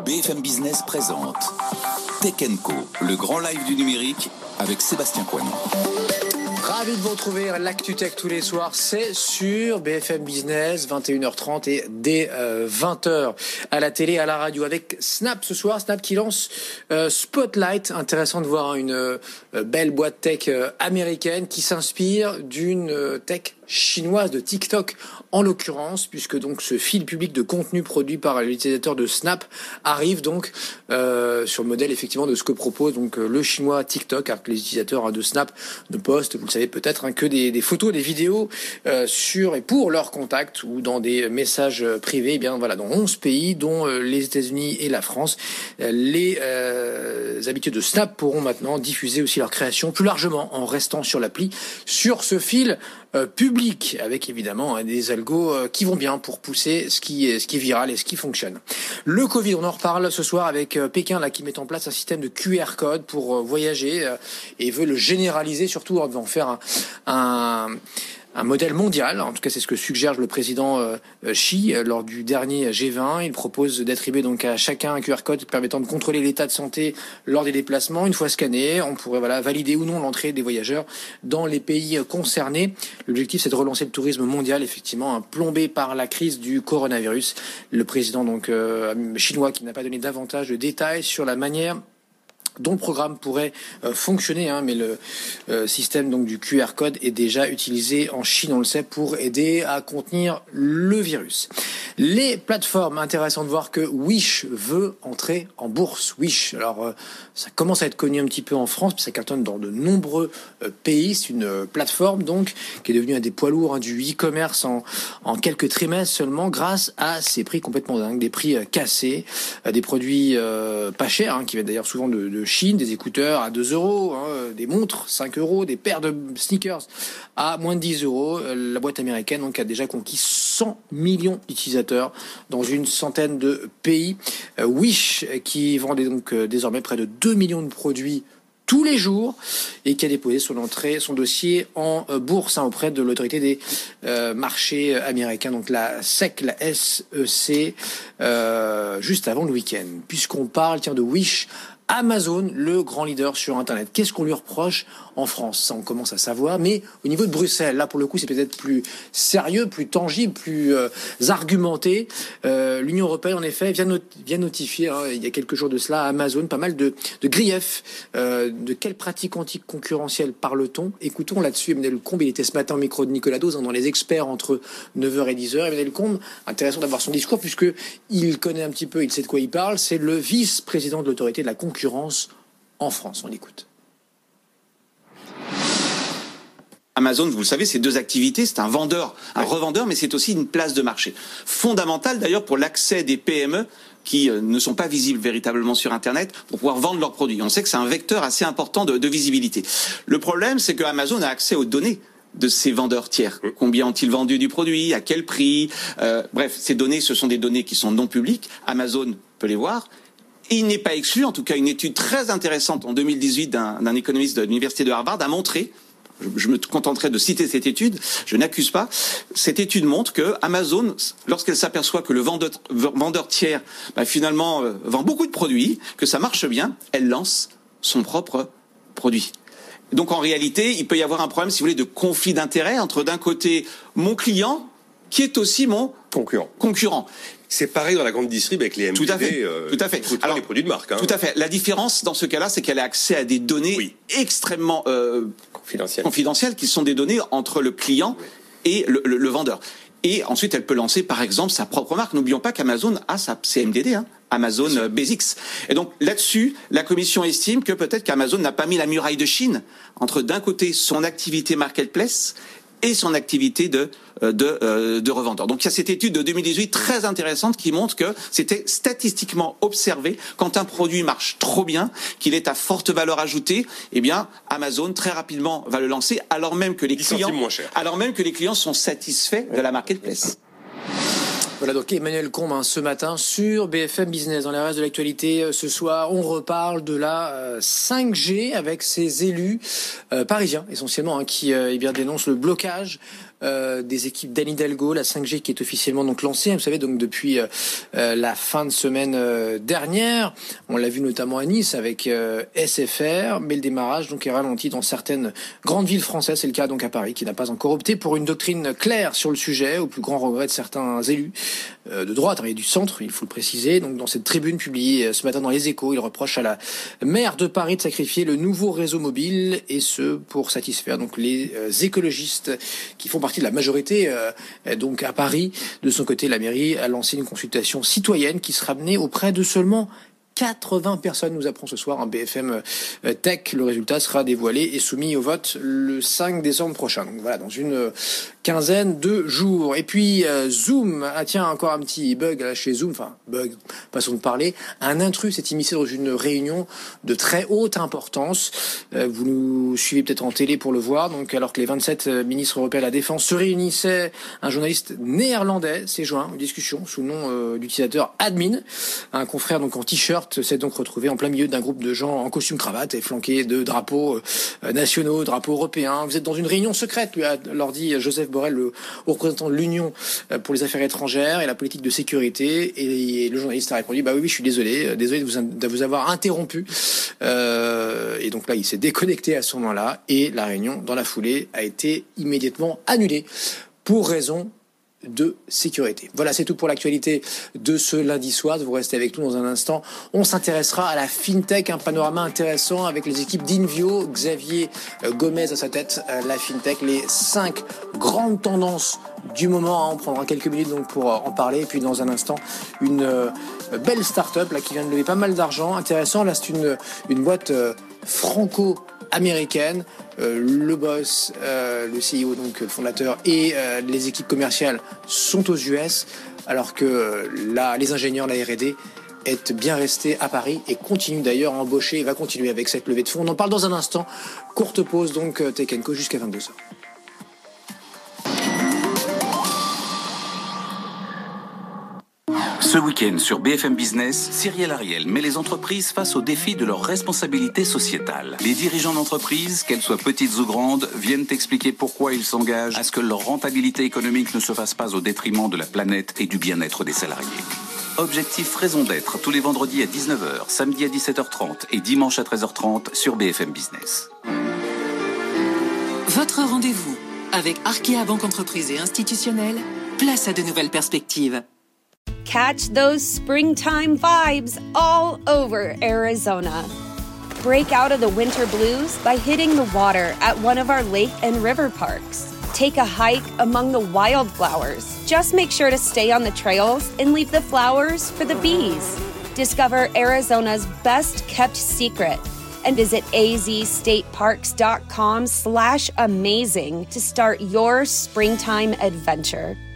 BFM Business présente Tech & Co, le grand live du numérique avec Sébastien Coignon. Ravi de vous retrouver, l'actu tech tous les soirs, c'est sur BFM Business, 21h30 et dès 20h à la télé, à la radio, avec Snap ce soir, Snap qui lance Spotlight. Intéressant de voir une belle boîte tech américaine qui s'inspire d'une tech chinoise de TikTok en l'occurrence, puisque donc ce fil public de contenu produit par l'utilisateur de Snap arrive donc sur le modèle effectivement de ce que propose donc le chinois TikTok, alors que les utilisateurs de Snap ne postent, vous le savez peut-être, que des photos, des vidéos sur et pour leurs contacts ou dans des messages privés. Et bien voilà, dans 11 pays, dont les États-Unis et la France, les habitués de Snap pourront maintenant diffuser aussi leur création plus largement en restant sur l'appli, sur ce fil public, avec évidemment des algos qui vont bien pour pousser ce qui est viral et ce qui fonctionne. Le Covid, on en reparle ce soir avec Pékin là qui met en place un système de QR code pour voyager et veut le généraliser, surtout en devant faire un modèle mondial. En tout cas, c'est ce que suggère le président Xi lors du dernier G20. Il propose d'attribuer donc à chacun un QR code permettant de contrôler l'état de santé lors des déplacements. Une fois scanné, on pourrait valider ou non l'entrée des voyageurs dans les pays concernés. L'objectif, c'est de relancer le tourisme mondial, effectivement, plombé par la crise du coronavirus. Le président donc chinois qui n'a pas donné davantage de détails sur la manière dont le programme pourrait fonctionner, mais le système donc du QR code est déjà utilisé en Chine, on le sait, pour aider à contenir le virus. Les plateformes, intéressant de voir que Wish veut entrer en bourse. Wish, alors ça commence à être connu un petit peu en France, puis ça cartonne dans de nombreux pays. C'est une plateforme donc qui est devenue un des poids lourds du e-commerce en quelques trimestres seulement, grâce à ces prix complètement dingues, des prix cassés, des produits pas chers, qui viennent d'ailleurs souvent de Chine, des écouteurs à 2 euros, des montres 5 euros, des paires de sneakers à moins de 10 euros. La boîte américaine donc a déjà conquis 100 millions d'utilisateurs dans une centaine de pays. Wish qui vendait donc désormais près de 2 millions de produits tous les jours et qui a déposé son dossier en bourse auprès de l'autorité des marchés américains, donc la SEC, juste avant le week-end. Puisqu'on parle de Wish, Amazon, le grand leader sur Internet. Qu'est-ce qu'on lui reproche en France? Ça, on commence à savoir. Mais au niveau de Bruxelles, là, pour le coup, c'est peut-être plus sérieux, plus tangible, plus argumenté. L'Union européenne, en effet, vient notifier, il y a quelques jours de cela, à Amazon, pas mal de griefs. De quelles pratiques anticoncurrentielles parle-t-on? Écoutons là-dessus Emmanuel Combe. Il était ce matin au micro de Nicolas Dose, dans les experts entre 9h et 10h. Emmanuel Combe, intéressant d'avoir son discours, puisqu'il connaît un petit peu, il sait de quoi il parle. C'est le vice-président de l'autorité de la concurrence en France. On l'écoute. Amazon, vous le savez, c'est deux activités. C'est un vendeur, un revendeur, mais c'est aussi une place de marché. Fondamentale d'ailleurs pour l'accès des PME qui ne sont pas visibles véritablement sur Internet pour pouvoir vendre leurs produits. On sait que c'est un vecteur assez important de visibilité. Le problème, c'est que Amazon a accès aux données de ces vendeurs tiers. Combien ont-ils vendu du produit? À quel prix? Bref, ces données, ce sont des données qui sont non publiques. Amazon peut les voir. Et il n'est pas exclu, en tout cas une étude très intéressante en 2018 d'un économiste de l'université de Harvard a montré, je me contenterai de citer cette étude, je n'accuse pas, cette étude montre que Amazon, lorsqu'elle s'aperçoit que le vendeur tiers finalement vend beaucoup de produits, que ça marche bien, elle lance son propre produit. Donc en réalité, il peut y avoir un problème, si vous voulez, de conflit d'intérêts entre d'un côté mon client, qui est aussi mon concurrent. C'est pareil dans la grande distrib avec les MDD. Tout à fait. Alors, les produits de marque. Tout à fait. La différence dans ce cas-là, c'est qu'elle a accès à des données extrêmement confidentielles, qui sont des données entre le client et le vendeur. Et ensuite, elle peut lancer, par exemple, sa propre marque. N'oublions pas qu'Amazon a sa CMDD, Amazon Basics. Et donc, là-dessus, la commission estime que peut-être qu'Amazon n'a pas mis la muraille de Chine entre, d'un côté, son activité marketplace et son activité de revendeur. Donc il y a cette étude de 2018 très intéressante qui montre que c'était statistiquement observé quand un produit marche trop bien, qu'il est à forte valeur ajoutée, eh bien Amazon très rapidement va le lancer alors même que les clients sont satisfaits de la marketplace. Voilà donc Emmanuel Combe ce matin sur BFM Business. Dans les restes de l'actualité ce soir, on reparle de la 5G avec ces élus parisiens essentiellement qui dénoncent le blocage des équipes d'Anne Hidalgo, la 5G qui est officiellement donc lancée, vous savez, donc depuis la fin de semaine dernière. On l'a vu notamment à Nice avec SFR, mais le démarrage donc est ralenti dans certaines grandes villes françaises. C'est le cas donc à Paris, qui n'a pas encore opté pour une doctrine claire sur le sujet, au plus grand regret de certains élus de droite et du centre, il faut le préciser. Donc dans cette tribune publiée ce matin dans Les Échos, il reproche à la maire de Paris de sacrifier le nouveau réseau mobile, et ce pour satisfaire donc les écologistes qui font partie de la majorité donc à Paris. De son côté, la mairie a lancé une consultation citoyenne qui sera menée auprès de seulement 80 personnes, nous apprend ce soir un BFM Tech. Le résultat sera dévoilé et soumis au vote le 5 décembre prochain. Donc voilà, dans une quinzaine de jours. Et puis Zoom, tiens, encore un petit bug là chez Zoom, enfin bug, façon de parler. Un intrus s'est immiscé dans une réunion de très haute importance. Vous nous suivez peut-être en télé pour le voir. Donc alors que les 27 ministres européens de la Défense se réunissaient, un journaliste néerlandais s'est joint aux discussions sous le nom d'utilisateur Admin. Un confrère donc en t-shirt s'est donc retrouvé en plein milieu d'un groupe de gens en costume cravate et flanqué de drapeaux nationaux, drapeaux européens. Vous êtes dans une réunion secrète, lui a leur dit Joseph Borrell, le représentant de l'Union pour les affaires étrangères et la politique de sécurité. Et le journaliste a répondu oui, je suis désolé de vous avoir interrompu. Et donc là, il s'est déconnecté à ce moment-là et la réunion, dans la foulée, a été immédiatement annulée pour raison de sécurité. Voilà, c'est tout pour l'actualité de ce lundi soir. Vous restez avec nous dans un instant. On s'intéressera à la FinTech, un panorama intéressant avec les équipes d'Invio, Xavier Gomez à sa tête, la FinTech, les 5 grandes tendances du moment. On prendra quelques minutes donc pour en parler. Et puis dans un instant, une belle start-up là, qui vient de lever pas mal d'argent. Intéressant, là c'est une boîte franco-américaine. Le boss, le CEO, donc le fondateur, et les équipes commerciales sont aux US, alors que là, les ingénieurs, la R&D, est bien resté à Paris et continue d'ailleurs à embaucher et va continuer avec cette levée de fonds. On en parle dans un instant. Courte pause donc Tech & Co jusqu'à 22h. Ce week-end sur BFM Business, Cyril Ariel met les entreprises face au défi de leur responsabilité sociétale. Les dirigeants d'entreprises, qu'elles soient petites ou grandes, viennent expliquer pourquoi ils s'engagent à ce que leur rentabilité économique ne se fasse pas au détriment de la planète et du bien-être des salariés. Objectif Raison d'être, tous les vendredis à 19h, samedi à 17h30 et dimanche à 13h30 sur BFM Business. Votre rendez-vous avec Arkea Banque Entreprise et Institutionnelle, place à de nouvelles perspectives. Catch those springtime vibes all over Arizona. Break out of the winter blues by hitting the water at one of our lake and river parks. Take a hike among the wildflowers. Just make sure to stay on the trails and leave the flowers for the bees. Discover Arizona's best-kept secret and visit azstateparks.com/amazing to start your springtime adventure.